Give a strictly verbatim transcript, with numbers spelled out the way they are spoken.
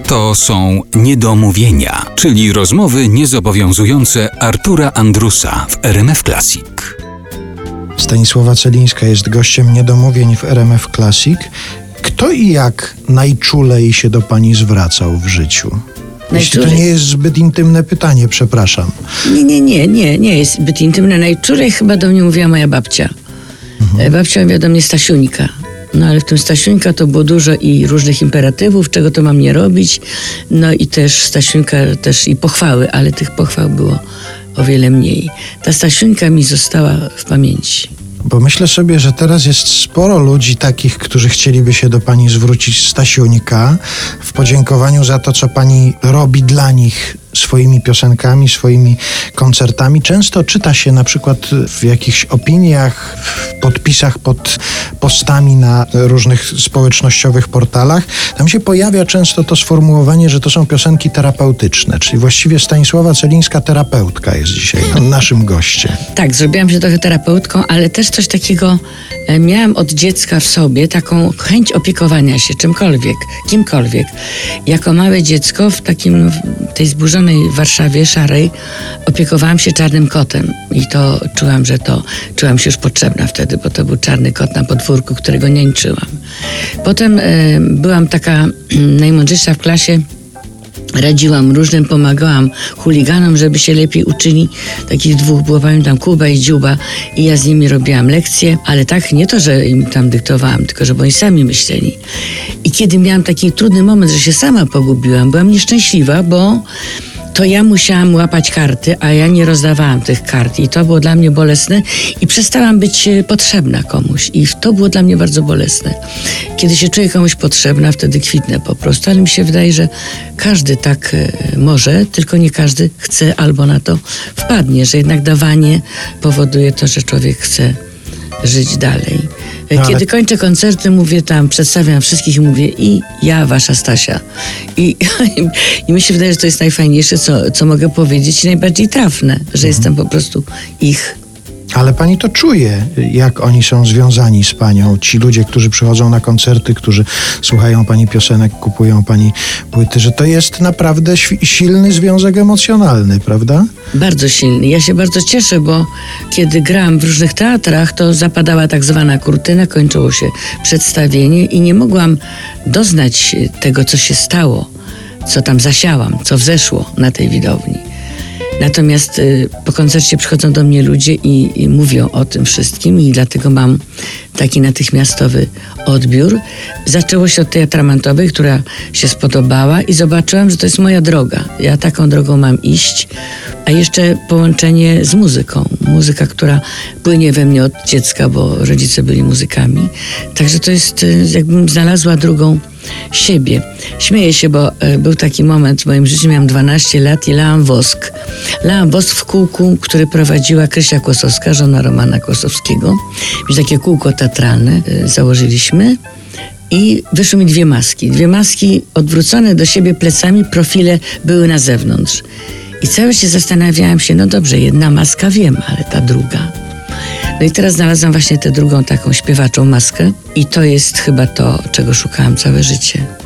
To są niedomówienia, czyli rozmowy niezobowiązujące Artura Andrusa w R M F Classic. Stanisława Celińska jest gościem niedomówień w R M F Classic. Kto i jak najczulej się do pani zwracał w życiu? Jeśli to nie jest zbyt intymne pytanie, przepraszam. Nie, nie, nie, nie, nie jest zbyt intymne. Najczulej chyba do mnie mówiła moja babcia. Mhm. Babcia mówiła do mnie Stasiuńka. No ale w tym Stasiuńka to było dużo i różnych imperatywów, czego to mam nie robić. No i też Stasiuńka też i pochwały, ale tych pochwał było o wiele mniej. Ta Stasiuńka mi została w pamięci. Bo myślę sobie, że teraz jest sporo ludzi takich, którzy chcieliby się do pani zwrócić Stasiuńka w podziękowaniu za to, co pani robi dla nich swoimi piosenkami, swoimi koncertami. Często czyta się na przykład w jakichś opiniach, w podpisach pod postami na różnych społecznościowych portalach. Tam się pojawia często to sformułowanie, że to są piosenki terapeutyczne, czyli właściwie Stanisława Celińska terapeutka jest dzisiaj naszym gościem. Tak, zrobiłam się trochę terapeutką, ale też coś takiego miałam od dziecka w sobie, taką chęć opiekowania się czymkolwiek, kimkolwiek. Jako małe dziecko w takim, w tej zburzonej Warszawie szarej opiekowałam się czarnym kotem i to czułam, że to czułam się już potrzebna wtedy, bo to był czarny kot na podwórku, którego niańczyłam. Potem y, byłam taka y, najmądrzejsza w klasie. Radziłam różnym, pomagałam chuliganom, żeby się lepiej uczyli. Takich dwóch było, pamiętam, Kuba i Dziuba, i ja z nimi robiłam lekcje, ale tak nie to, że im tam dyktowałam, tylko żeby oni sami myśleli. I kiedy miałam taki trudny moment, że się sama pogubiłam, byłam nieszczęśliwa, bo to ja musiałam łapać karty, a ja nie rozdawałam tych kart i to było dla mnie bolesne i przestałam być potrzebna komuś i to było dla mnie bardzo bolesne. Kiedy się czuję komuś potrzebna, wtedy kwitnę po prostu, ale mi się wydaje, że każdy tak może, tylko nie każdy chce albo na to wpadnie, że jednak dawanie powoduje to, że człowiek chce żyć dalej. Kiedy ale... kończę koncerty, mówię tam, przedstawiam wszystkich i mówię i ja, wasza Stasia. I, i mi się wydaje, że to jest najfajniejsze, co, co mogę powiedzieć i najbardziej trafne, że mhm. jestem po prostu ich. Ale pani to czuje, jak oni są związani z panią. Ci ludzie, którzy przychodzą na koncerty, którzy słuchają pani piosenek, kupują pani płyty, że to jest naprawdę silny związek emocjonalny, prawda? Bardzo silny. Ja się bardzo cieszę, bo kiedy grałam w różnych teatrach, to zapadała tak zwana kurtyna, kończyło się przedstawienie i nie mogłam doznać tego, co się stało, co tam zasiałam, co wzeszło na tej widowni. Natomiast y, po koncercie przychodzą do mnie ludzie i, i mówią o tym wszystkim i dlatego mam taki natychmiastowy odbiór. Zaczęło się od tej atramantowej, która się spodobała i zobaczyłam, że to jest moja droga. Ja taką drogą mam iść, a jeszcze połączenie z muzyką. Muzyka, która płynie we mnie od dziecka, bo rodzice byli muzykami. Także to jest, jakbym znalazła drugą siebie. Śmieję się, bo e, był taki moment w moim życiu, miałam dwanaście lat i lałam wosk. Lałam wosk w kółku, który prowadziła Krysia Kłosowska, żona Romana Kłosowskiego. Więc takie kółko teatralne e, założyliśmy i wyszły mi dwie maski. Dwie maski odwrócone do siebie plecami, profile były na zewnątrz. I cały się zastanawiałam się, no dobrze, jedna maska wiem, ale ta druga. No i teraz znalazłam właśnie tę drugą taką śpiewaczą maskę i to jest chyba to, czego szukałam całe życie.